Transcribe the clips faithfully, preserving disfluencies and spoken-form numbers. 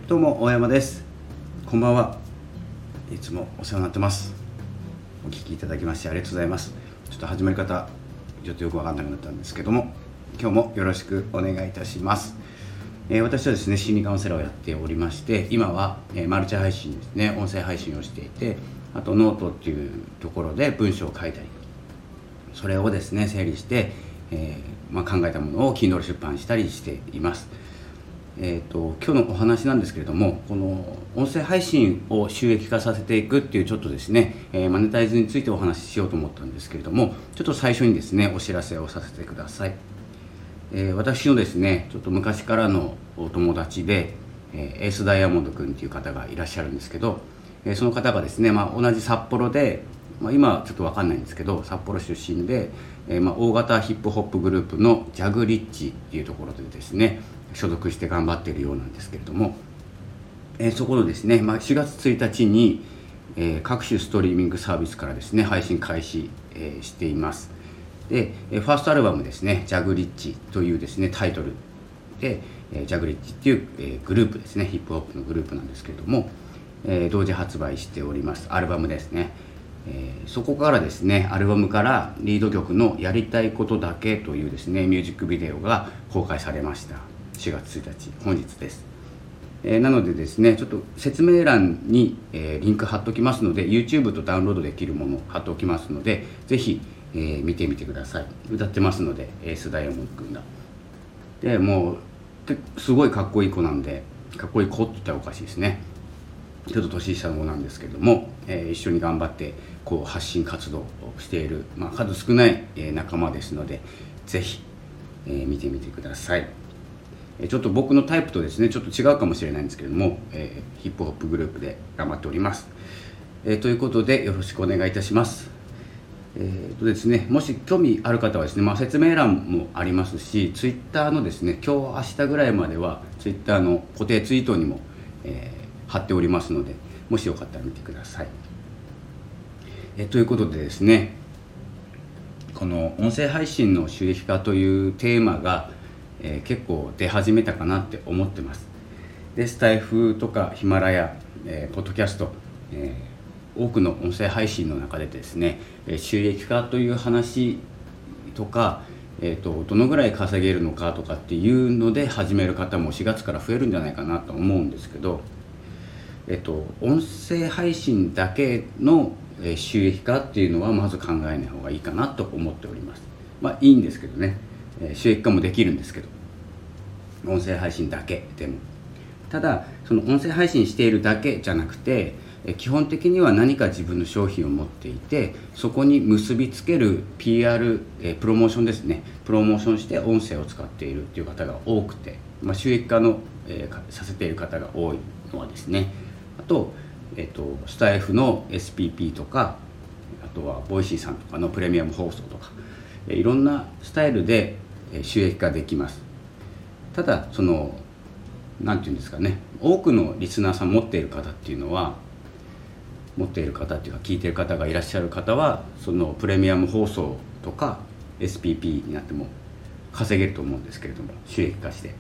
どうも大山です。こんばんは。いつもお世話になってます。お聞きいただきましてありがとうございます。ちょっと始まり方ちょっとよく分かんなくなったんですけども、今日もよろしくお願いいたします。えー、私はですね心理カウンセラーをやっておりまして、今は、えー、マルチ配信ですね、音声配信をしていて、あとノートっていうところで文章を書いたり、それをですね整理して、えーまあ、考えたものを Kindle 出版したりしています。えーと、今日のお話なんですけれども、この音声配信を収益化させていくっていうちょっとですね、えー、マネタイズについてお話ししようと思ったんですけれども、ちょっと最初にですねお知らせをさせてください。えー、私のですねちょっと昔からのお友達で、えー、エースダイヤモンド君っていう方がいらっしゃるんですけど、えー、その方がですね、まあ、同じ札幌で、まあ、今はちょっと分かんないんですけど札幌出身で、えーまあ、大型ヒップホップグループのジャグリッチっていうところでですね所属して頑張っているようなんですけれども、えー、そこのですね、まあ、しがつついたちに、えー、各種ストリーミングサービスからですね配信開始、えー、しています。でファーストアルバムですね、ジャグリッチというですねタイトルで、ジャグリッチっていうグループですね、ヒップホップのグループなんですけれども、同時発売しておりますアルバムですね。そこからですねアルバムからリード曲のやりたいことだけというですねミュージックビデオが公開されました。しがつついたち、本日です。なのでですねちょっと説明欄にリンク貼っときますので、 YouTube とダウンロードできるもの貼っておきますので、ぜひえー、見てみてください。歌ってますので、エースダイヤモンド君がでもうすごいかっこいい子なんで、かっこいい子って言ったらおかしいですね。ちょっと年下の子なんですけども、えー、一緒に頑張ってこう発信活動をしている、まあ、数少ない、えー、仲間ですので、ぜひ、えー、見てみてください。えー、ちょっと僕のタイプとですねちょっと違うかもしれないんですけれども、えー、ヒップホップグループで頑張っております。えー、ということでよろしくお願いいたします。えーとですね、もし興味ある方はですね、まあ、説明欄もありますし、ツイッターのですね今日明日ぐらいまではツイッターの固定ツイートにも、えー、貼っておりますので、もしよかったら見てください。えー、ということでですね、この音声配信の収益化というテーマが、えー、結構出始めたかなって思ってます。でスタイフとかヒマラヤ、えー、ポッドキャスト、えー多くの音声配信の中でですね収益化という話とか、えーと、どのぐらい稼げるのかとかっていうので始める方もしがつから増えるんじゃないかなと思うんですけど、えーと、音声配信だけの収益化っていうのはまず考えない方がいいかなと思っております。まあいいんですけどね、収益化もできるんですけど、音声配信だけでも。ただその音声配信しているだけじゃなくて、基本的には何か自分の商品を持っていて、そこに結びつける ピーアール、えプロモーションですね、プロモーションして音声を使っているっていう方が多くて、まあ、収益化の、えー、させている方が多いのはですね、あと、えーと、スタイフの エスピーピー とか、あとはボイシーさんとかのプレミアム放送とか、えー、いろんなスタイルで収益化できます。ただそのなんていうんですかね、多くのリスナーさん持っている方っていうのは持っている方っていうか聞いている方がいらっしゃる方は、そのプレミアム放送とか エスピーピー になっても稼げると思うんですけれども、収益化して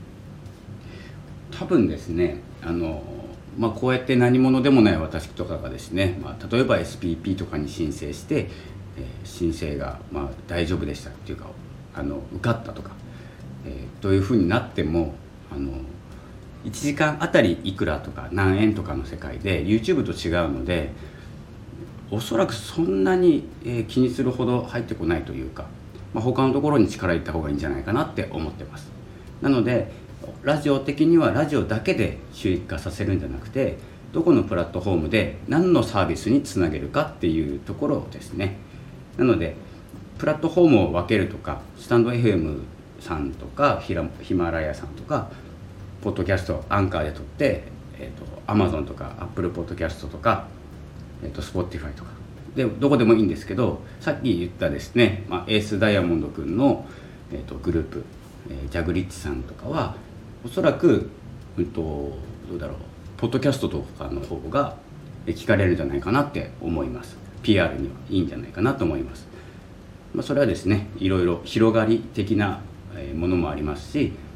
多分ですね、あの、まあ、こうやって何者でもない私とかがですね、まあ、例えば エスピーピー とかに申請して、えー、申請がまあ大丈夫でしたっていうか、あの受かったとか、えー、というふうになっても、あのいちじかんあたりいくらとか何円とかの世界で YouTube と違うので、おそらくそんなに気にするほど入ってこないというか、まあ、他のところに力入れた方がいいんじゃないかなって思ってます。なのでラジオ的にはラジオだけで収益化させるんじゃなくて、どこのプラットフォームで何のサービスにつなげるかっていうところですね。なのでプラットフォームを分けるとか、スタンド エフエム さんとかヒマラヤさんとかポッドキャストアンカーで撮って、えー、と Amazon とか Apple ポッドキャストとか、えー、と Spotify とかでどこでもいいんですけど、さっき言ったですね、まあ、エースダイヤモンド君の、えー、とグループ、えー、ジャグリッチさんとかはおそらく、うん、とどうだろう、ポッドキャストとかの方が聞かれるんじゃないかなって思います。 ピーアール にはいいんじゃないかなと思います。まあ、それはですねいろいろ広がり的なものもありますし、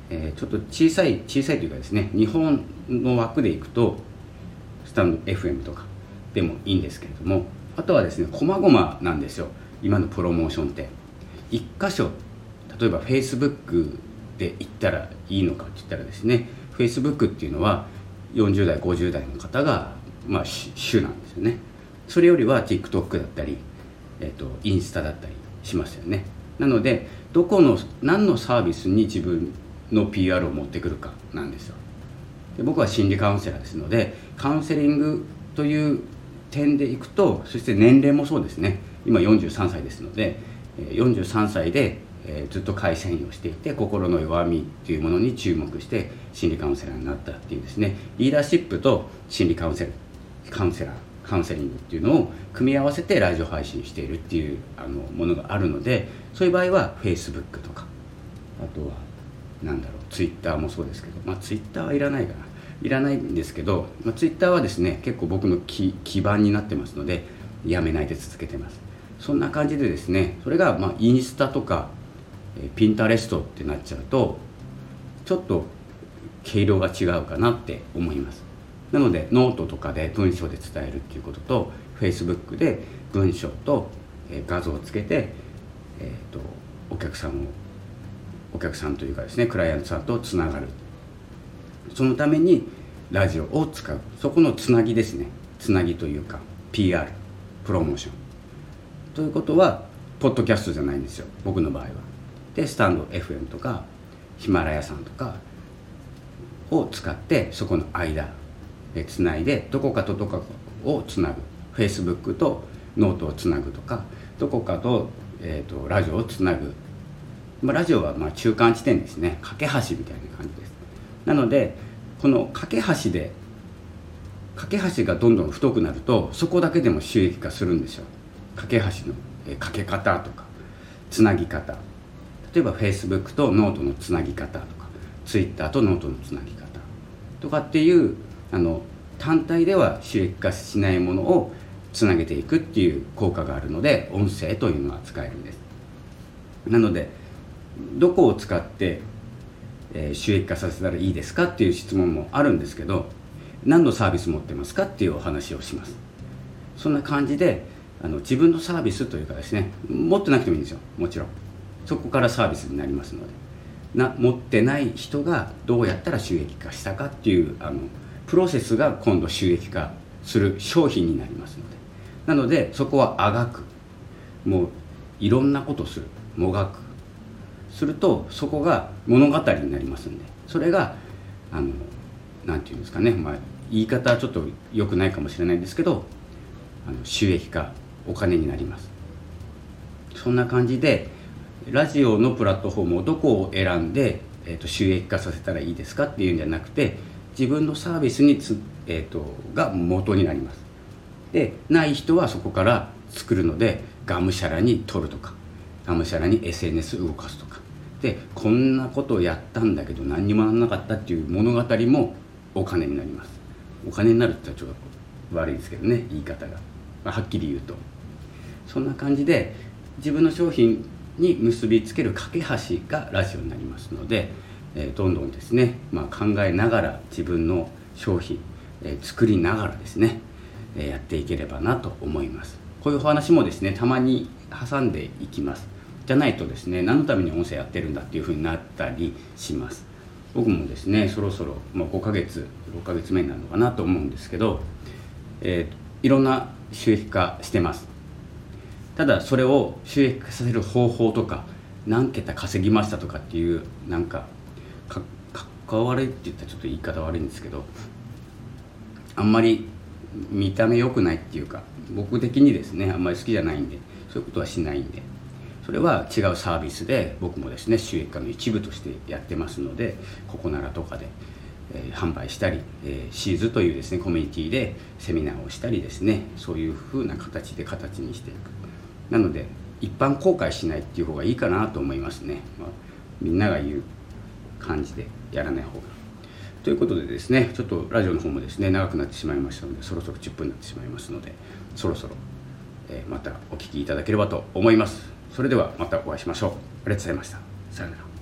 えー、ちょっと小さい小さいというかですね、日本の枠でいくとスタンド エフエム とかでもいいんですけれども、あとはですね、細々なんですよ、今のプロモーションって。一箇所、例えば Facebook で言ったらいいのかって言ったらですね、 Facebook っていうのはよんじゅう代ごじゅう代の方がまあ主なんですよね。それよりは TikTok だったり、えーと、インスタだったりしますよね。なのでどこの何のサービスに自分の ピーアール を持ってくるかなんですよ。で僕は心理カウンセラーですので、カウンセリングという点でいくと、そして年齢もそうですね、今よんじゅうさんさいですので、よんじゅうさんさいでずっと会社員をしていて、心の弱みというものに注目して心理カウンセラーになったっていうですね、リーダーシップと心理カウンセラーカウンセラーカウンセリングっていうのを組み合わせてラジオ配信しているっていうあのものがあるので、そういう場合は Facebook とか、あとはなんだろう Twitter もそうですけど、まあ Twitter はいらないかないらないんですけど、まあ、Twitter はですね結構僕の基基盤になってますので、やめないで続けてます。そんな感じでですね、それがまあインスタとかピンタレストってなっちゃうとちょっと毛色が違うかなって思います。なのでノートとかで文章で伝えるっていうことと、 Facebook で文章と画像をつけて、えー、とお客さんをお客さんというかですね、クライアントさんとつながる。そのためにラジオを使う、そこのつなぎですね。つなぎというか ピーアール プロモーションということはポッドキャストじゃないんですよ、僕の場合は。でスタンド エフエム とかヒマラヤさんとかを使って、そこの間でつないで、どこかとどこかをつなぐ、 Facebook とノートをつなぐとか、どこかと、えー、とラジオをつなぐ、まあ、ラジオはまあ中間地点ですね、架け橋みたいな感じです。なのでこの架け橋で架け橋がどんどん太くなると、そこだけでも収益化するんですよ。架け橋の架け方とかつなぎ方、例えば Facebook とノートのつなぎ方とか Twitter とノートのつなぎ方とかっていう、あの単体では収益化しないものをつなげていくっていう効果があるので、音声というのは使えるんです。なのでどこを使って、えー、収益化させたらいいですかっていう質問もあるんですけど、何のサービス持ってますかっていうお話をします。そんな感じで、あの自分のサービスというかですね、持ってなくてもいいんですよ、もちろん。そこからサービスになりますので、な持ってない人がどうやったら収益化したかっていうあのプロセスが今度収益化する商品になりますので、なのでそこはあがく、もういろんなことする、もがくすると、そこが物語になりますんで、それがあのなんていうんですかね、まあ、言い方はちょっと良くないかもしれないんですけど、あの収益化、お金になります。そんな感じでラジオのプラットフォームをどこを選んで、えー、と収益化させたらいいですかっていうんじゃなくて、自分のサービスにつ、えー、とが元になります。でない人はそこから作るので、がむしゃらに撮るとか、がむしゃらに エスエヌエス 動かすとかで、こんなことをやったんだけど何にもならなかったっていう物語もお金になります。お金になるって言ったらちょっと悪いですけどね、言い方が、まあ、はっきり言うとそんな感じで、自分の商品に結びつける架け橋がラジオになりますので、えー、どんどんですね、まあ、考えながら自分の商品、えー、作りながらですね、えー、やっていければなと思います。こういうお話もですね、たまに挟んでいきます。じゃないとですね、何のために音声やってるんだっていうふうになったりします。僕もですね、そろそろ、まあ、ごかげつろっかげつめになるのかなと思うんですけど、えー、いろんな収益化してます。ただそれを収益化させる方法とか、何桁稼ぎましたとかっていう、なんかかかっこ悪いって言ったらちょっと言い方悪いんですけど、あんまり見た目良くないっていうか、僕的にですねあんまり好きじゃないんで、そういうことはしないんで、それは違うサービスで僕もですね収益化の一部としてやってますので、ここならとかで、えー、販売したり、えー、シーズというですねコミュニティでセミナーをしたりですね、そういう風な形で形にしていく。なので一般公開しないっていう方がいいかなと思いますね、まあ、みんなが言う感じでやらない方が。ということでですね、ちょっとラジオの方もですね長くなってしまいましたので、そろそろじゅっぷんになってしまいますので、そろそろ、えー、またお聞きいただければと思います。それではまたお会いしましょう。ありがとうございました。さようなら。